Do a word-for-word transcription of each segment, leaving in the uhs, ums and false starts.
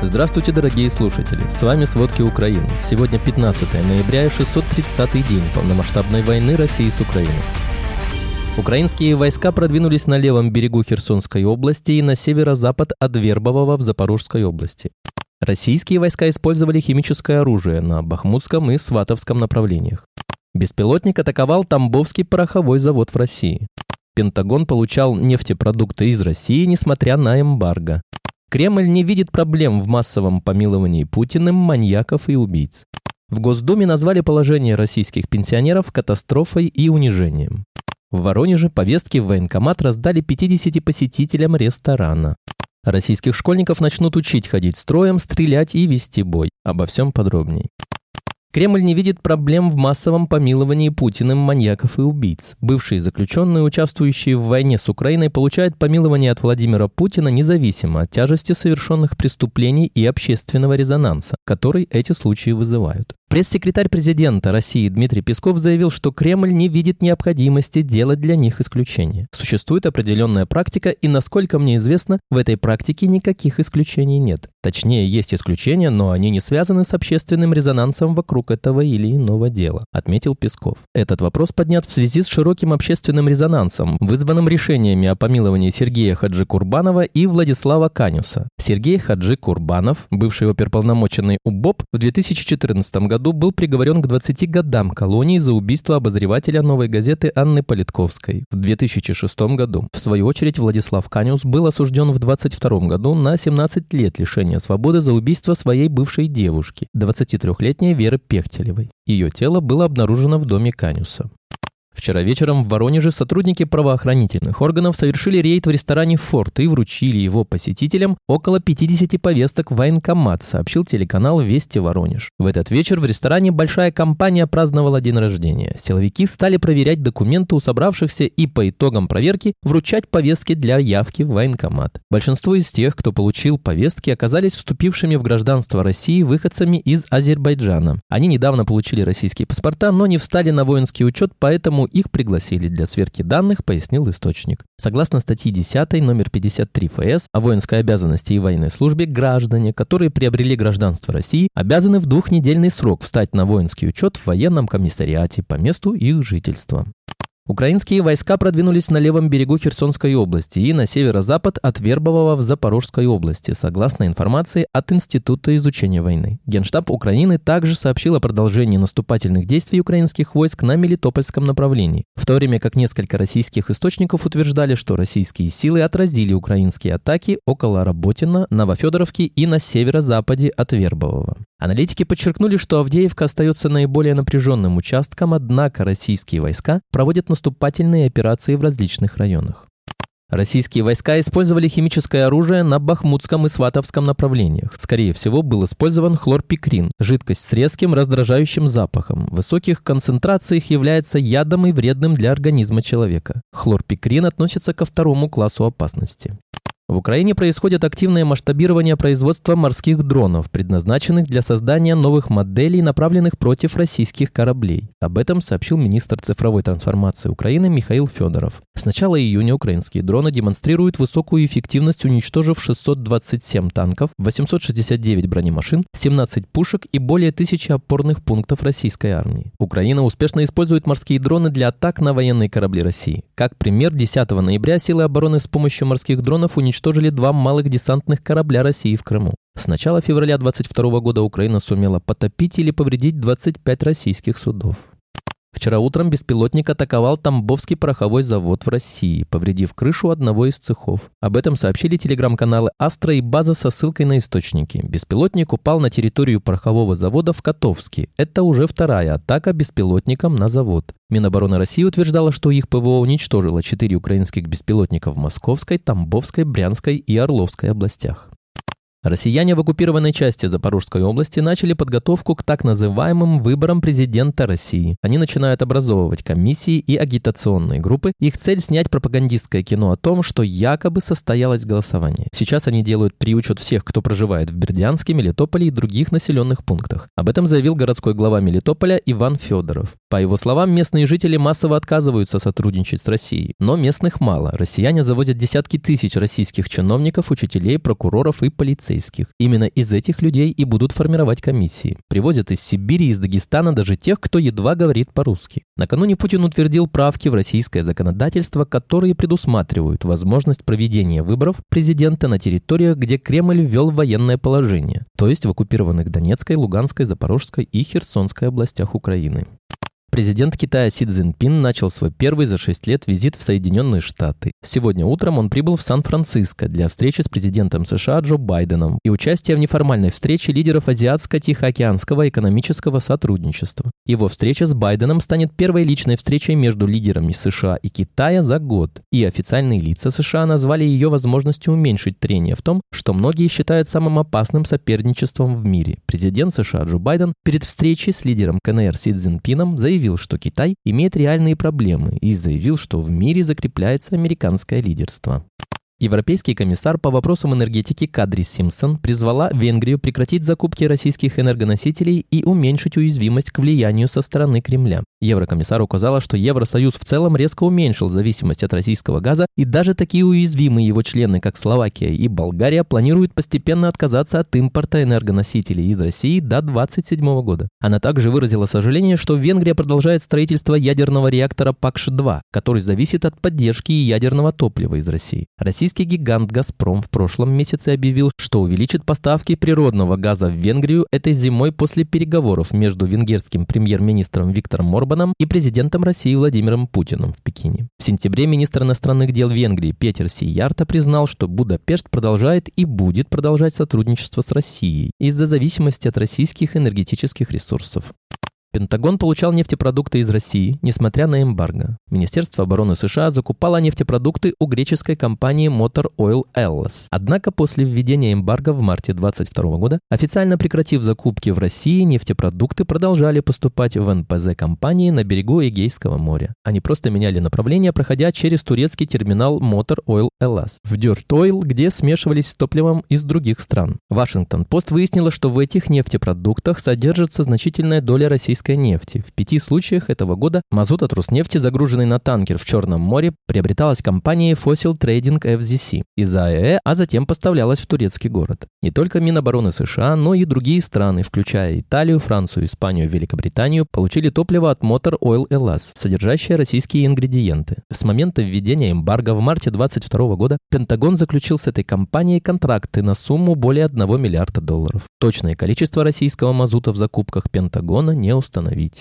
Здравствуйте, дорогие слушатели! С вами «Сводки Украины». Сегодня пятнадцатое ноября и шестьсот тридцатый день полномасштабной войны России с Украиной. Украинские войска продвинулись на левом берегу Херсонской области и на северо-запад от Вербового в Запорожской области. Российские войска использовали химическое оружие на Бахмутском и Сватовском направлениях. Беспилотник атаковал Тамбовский пороховой завод в России. Пентагон получал нефтепродукты из России, несмотря на эмбарго. Кремль не видит проблем в массовом помиловании Путиным маньяков и убийц. В Госдуме назвали положение российских пенсионеров катастрофой и унижением. В Воронеже повестки в военкомат раздали пятидесяти посетителям ресторана. Российских школьников начнут учить ходить строем, стрелять и вести бой. Обо всем подробней. Кремль не видит проблем в массовом помиловании Путиным маньяков и убийц. Бывшие заключенные, участвующие в войне с Украиной, получают помилование от Владимира Путина независимо от тяжести совершенных преступлений и общественного резонанса, который эти случаи вызывают. Пресс-секретарь президента России Дмитрий Песков заявил, что Кремль не видит необходимости делать для них исключения. Существует определенная практика, и, насколько мне известно, в этой практике никаких исключений нет. Точнее, есть исключения, но они не связаны с общественным резонансом вокруг этого или иного дела, отметил Песков. Этот вопрос поднят в связи с широким общественным резонансом, вызванным решениями о помиловании Сергея Хаджи-Курбанова и Владислава Канюса. Сергей Хаджи-Курбанов, бывший оперуполномоченный УБОП, в две тысячи четырнадцатом году был приговорен к двадцати годам колонии за убийство обозревателя «Новой газеты» Анны Политковской в две тысячи шестом году. В свою очередь, Владислав Канюс был осужден в двадцать втором году на семнадцать лет лишения свободы за убийство своей бывшей девушки, двадцатитрёхлетней Веры Пехтелевой. Ее тело было обнаружено в доме Канюса. Вчера вечером в Воронеже сотрудники правоохранительных органов совершили рейд в ресторане «Форт» и вручили его посетителям около пятидесяти повесток в военкомат, сообщил телеканал «Вести Воронеж». В этот вечер в ресторане большая компания праздновала день рождения. Силовики стали проверять документы у собравшихся и по итогам проверки вручать повестки для явки в военкомат. Большинство из тех, кто получил повестки, оказались вступившими в гражданство России выходцами из Азербайджана. Они недавно получили российские паспорта, но не встали на воинский учет, поэтому их пригласили для сверки данных, пояснил источник. Согласно статье десятой, номер пятьдесят три ФС о воинской обязанности и военной службе, граждане, которые приобрели гражданство России, обязаны в двухнедельный срок встать на воинский учет в военном комиссариате по месту их жительства. Украинские войска продвинулись на левом берегу Херсонской области и на северо-запад от Вербового в Запорожской области, согласно информации от Института изучения войны. Генштаб Украины также сообщил о продолжении наступательных действий украинских войск на Мелитопольском направлении, в то время как несколько российских источников утверждали, что российские силы отразили украинские атаки около Работина, Новофедоровки и на северо-западе от Вербового. Аналитики подчеркнули, что Авдеевка остается наиболее напряженным участком, однако российские войска проводят наступательные операции в различных районах. Российские войска использовали химическое оружие на Бахмутском и Сватовском направлениях. Скорее всего, был использован хлорпикрин, жидкость с резким раздражающим запахом. В высоких концентрациях является ядом и вредным для организма человека. Хлорпикрин относится ко второму классу опасности. В Украине происходит активное масштабирование производства морских дронов, предназначенных для создания новых моделей, направленных против российских кораблей. Об этом сообщил министр цифровой трансформации Украины Михаил Федоров. С начала июня украинские дроны демонстрируют высокую эффективность, уничтожив шестьсот двадцать семь танков, восемьсот шестьдесят девять бронемашин, семнадцать пушек и более тысячи опорных пунктов российской армии. Украина успешно использует морские дроны для атак на военные корабли России. Как пример, десятого ноября силы обороны с помощью морских дронов уничтожили уничтожили два малых десантных корабля России в Крыму. С начала февраля двадцать второго года Украина сумела потопить или повредить двадцать пять российских судов. Вчера утром беспилотник атаковал Тамбовский пороховой завод в России, повредив крышу одного из цехов. Об этом сообщили телеграм-каналы «Астра» и «База» со ссылкой на источники. Беспилотник упал на территорию порохового завода в Котовске. Это уже вторая атака беспилотником на завод. Минобороны России утверждала, что их ПВО уничтожило четыре украинских беспилотника в Московской, Тамбовской, Брянской и Орловской областях. Россияне в оккупированной части Запорожской области начали подготовку к так называемым выборам президента России. Они начинают образовывать комиссии и агитационные группы. Их цель – снять пропагандистское кино о том, что якобы состоялось голосование. Сейчас они делают приучет всех, кто проживает в Бердянске, Мелитополе и других населенных пунктах. Об этом заявил городской глава Мелитополя Иван Федоров. По его словам, местные жители массово отказываются сотрудничать с Россией. Но местных мало. Россияне заводят десятки тысяч российских чиновников, учителей, прокуроров и полицейских. полицейских. Именно из этих людей и будут формировать комиссии. Привозят из Сибири и из Дагестана даже тех, кто едва говорит по-русски. Накануне Путин утвердил правки в российское законодательство, которые предусматривают возможность проведения выборов президента на территориях, где Кремль ввел военное положение, то есть в оккупированных Донецкой, Луганской, Запорожской и Херсонской областях Украины. Президент Китая Си Цзиньпин начал свой первый за шесть лет визит в Соединенные Штаты. Сегодня утром он прибыл в Сан-Франциско для встречи с президентом США Джо Байденом и участия в неформальной встрече лидеров Азиатско-Тихоокеанского экономического сотрудничества. Его встреча с Байденом станет первой личной встречей между лидерами США и Китая за год. И официальные лица США назвали ее возможностью уменьшить трение в том, что многие считают самым опасным соперничеством в мире. Президент США Джо Байден перед встречей с лидером КНР Си Цзиньпином заявил, что Китай имеет реальные проблемы и заявил, что в мире закрепляется американское лидерство. Европейский комиссар по вопросам энергетики Кадри Симпсон призвала Венгрию прекратить закупки российских энергоносителей и уменьшить уязвимость к влиянию со стороны Кремля. Еврокомиссар указала, что Евросоюз в целом резко уменьшил зависимость от российского газа, и даже такие уязвимые его члены, как Словакия и Болгария, планируют постепенно отказаться от импорта энергоносителей из России до две тысячи двадцать седьмого года. Она также выразила сожаление, что Венгрия продолжает строительство ядерного реактора Пакш два, который зависит от поддержки ядерного топлива из России. Российский гигант «Газпром» в прошлом месяце объявил, что увеличит поставки природного газа в Венгрию этой зимой после переговоров между венгерским премьер-министром Виктором Орбаном и президентом России Владимиром Путиным в Пекине. В сентябре министр иностранных дел Венгрии Петер Сиярто признал, что Будапешт продолжает и будет продолжать сотрудничество с Россией из-за зависимости от российских энергетических ресурсов. Пентагон получал нефтепродукты из России, несмотря на эмбарго. Министерство обороны США закупало нефтепродукты у греческой компании Motor Oil Hellas. Однако после введения эмбарго в марте две тысячи двадцать второго года, официально прекратив закупки в России, нефтепродукты продолжали поступать в эн пэ зэ компании на берегу Эгейского моря. Они просто меняли направление, проходя через турецкий терминал Motor Oil Hellas в Dirt Oil, где смешивались с топливом из других стран. Вашингтон-Пост выяснила, что в этих нефтепродуктах содержится значительная доля российской нефти. В пяти случаях этого года мазут от Роснефти, загруженный на танкер в Черном море, приобреталась компанией Fossil Trading эф зет си из а э э, а затем поставлялась в турецкий город. Не только Минобороны США, но и другие страны, включая Италию, Францию, Испанию, Великобританию, получили топливо от Motor Oil Hellas, содержащее российские ингредиенты. С момента введения эмбарго в марте две тысячи двадцать второго года Пентагон заключил с этой компанией контракты на сумму более одного миллиарда долларов. Точное количество российского мазута в закупках Пентагона не установить.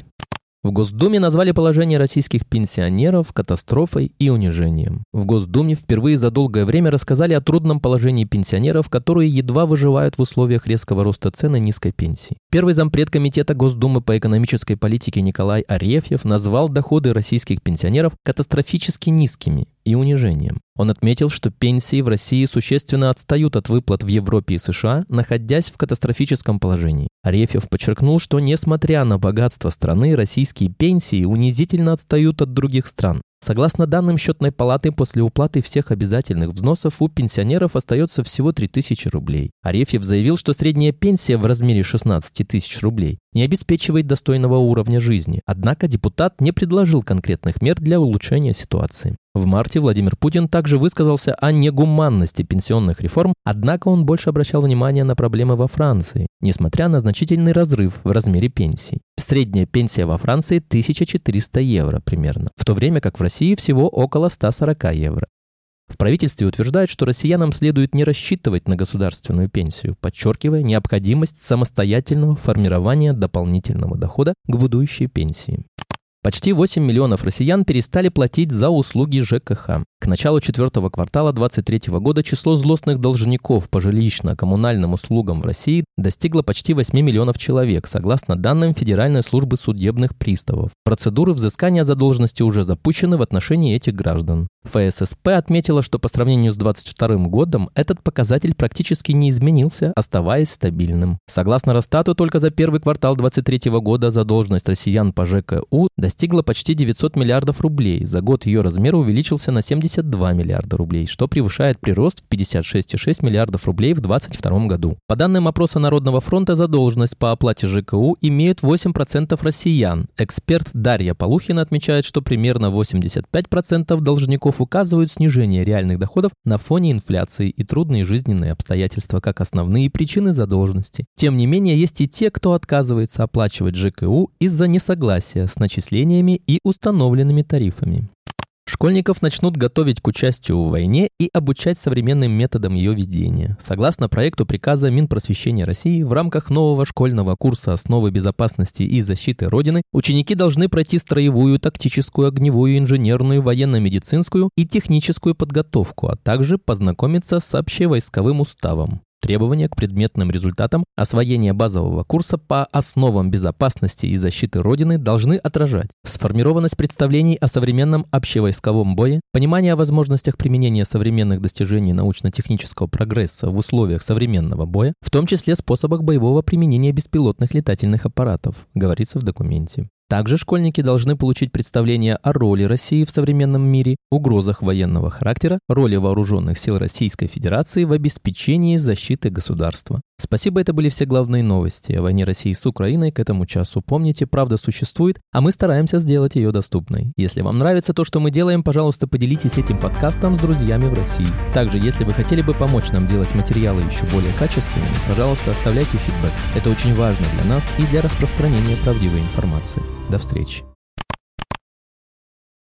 В Госдуме назвали положение российских пенсионеров катастрофой и унижением. В Госдуме впервые за долгое время рассказали о трудном положении пенсионеров, которые едва выживают в условиях резкого роста цен и низкой пенсии. Первый зампред Комитета Госдумы по экономической политике Николай Арефьев назвал доходы российских пенсионеров катастрофически низкими и унижением. Он отметил, что пенсии в России существенно отстают от выплат в Европе и США, находясь в катастрофическом положении. Арефьев подчеркнул, что несмотря на богатство страны, российские пенсии унизительно отстают от других стран. Согласно данным Счетной палаты, после уплаты всех обязательных взносов у пенсионеров остается всего три тысячи рублей. Арефьев заявил, что средняя пенсия в размере шестнадцать тысяч рублей не обеспечивает достойного уровня жизни. Однако депутат не предложил конкретных мер для улучшения ситуации. В марте Владимир Путин также высказался о негуманности пенсионных реформ, однако он больше обращал внимание на проблемы во Франции, несмотря на значительный разрыв в размере пенсий. Средняя пенсия во Франции тысяча четыреста евро примерно, в то время как в России всего около ста сорока евро. В правительстве утверждают, что россиянам следует не рассчитывать на государственную пенсию, подчеркивая необходимость самостоятельного формирования дополнительного дохода к будущей пенсии. Почти восемь миллионов россиян перестали платить за услуги жэ ка ха. К началу четвертого квартала две тысячи двадцать третьего года число злостных должников по жилищно-коммунальным услугам в России достигло почти восьми миллионов человек, согласно данным Федеральной службы судебных приставов. Процедуры взыскания задолженности уже запущены в отношении этих граждан. эф эс эс пэ отметила, что по сравнению с две тысячи двадцать вторым годом этот показатель практически не изменился, оставаясь стабильным. Согласно Росстату, только за первый квартал две тысячи двадцать третьего года задолженность россиян по жэ ка у достигла достигла почти девятьсот миллиардов рублей. За год ее размер увеличился на семьдесят два миллиарда рублей, что превышает прирост в пятьдесят шесть целых шесть десятых миллиардов рублей в две тысячи двадцать втором году. По данным опроса Народного фронта, задолженность по оплате ЖКУ имеют восемь процентов россиян. Эксперт Дарья Полухина отмечает, что примерно восемьдесят пять процентов должников указывают снижение реальных доходов на фоне инфляции и трудные жизненные обстоятельства как основные причины задолженности. Тем не менее, есть и те, кто отказывается оплачивать ЖКУ из-за несогласия с начислениями и установленными тарифами. Школьников начнут готовить к участию в войне и обучать современным методам ее ведения. Согласно проекту приказа Минпросвещения России, в рамках нового школьного курса «Основы безопасности и защиты Родины» ученики должны пройти строевую, тактическую, огневую, инженерную, военно-медицинскую и техническую подготовку, а также познакомиться с общевойсковым уставом. Требования к предметным результатам освоения базового курса по основам безопасности и защиты Родины должны отражать сформированность представлений о современном общевойсковом бое, понимание о возможностях применения современных достижений научно-технического прогресса в условиях современного боя, в том числе способах боевого применения беспилотных летательных аппаратов, говорится в документе. Также школьники должны получить представление о роли России в современном мире, угрозах военного характера, роли вооруженных сил Российской Федерации в обеспечении защиты государства. Спасибо, это были все главные новости о войне России с Украиной к этому часу. Помните, правда существует, а мы стараемся сделать ее доступной. Если вам нравится то, что мы делаем, пожалуйста, поделитесь этим подкастом с друзьями в России. Также, если вы хотели бы помочь нам делать материалы еще более качественными, пожалуйста, оставляйте фидбэк. Это очень важно для нас и для распространения правдивой информации. До встречи.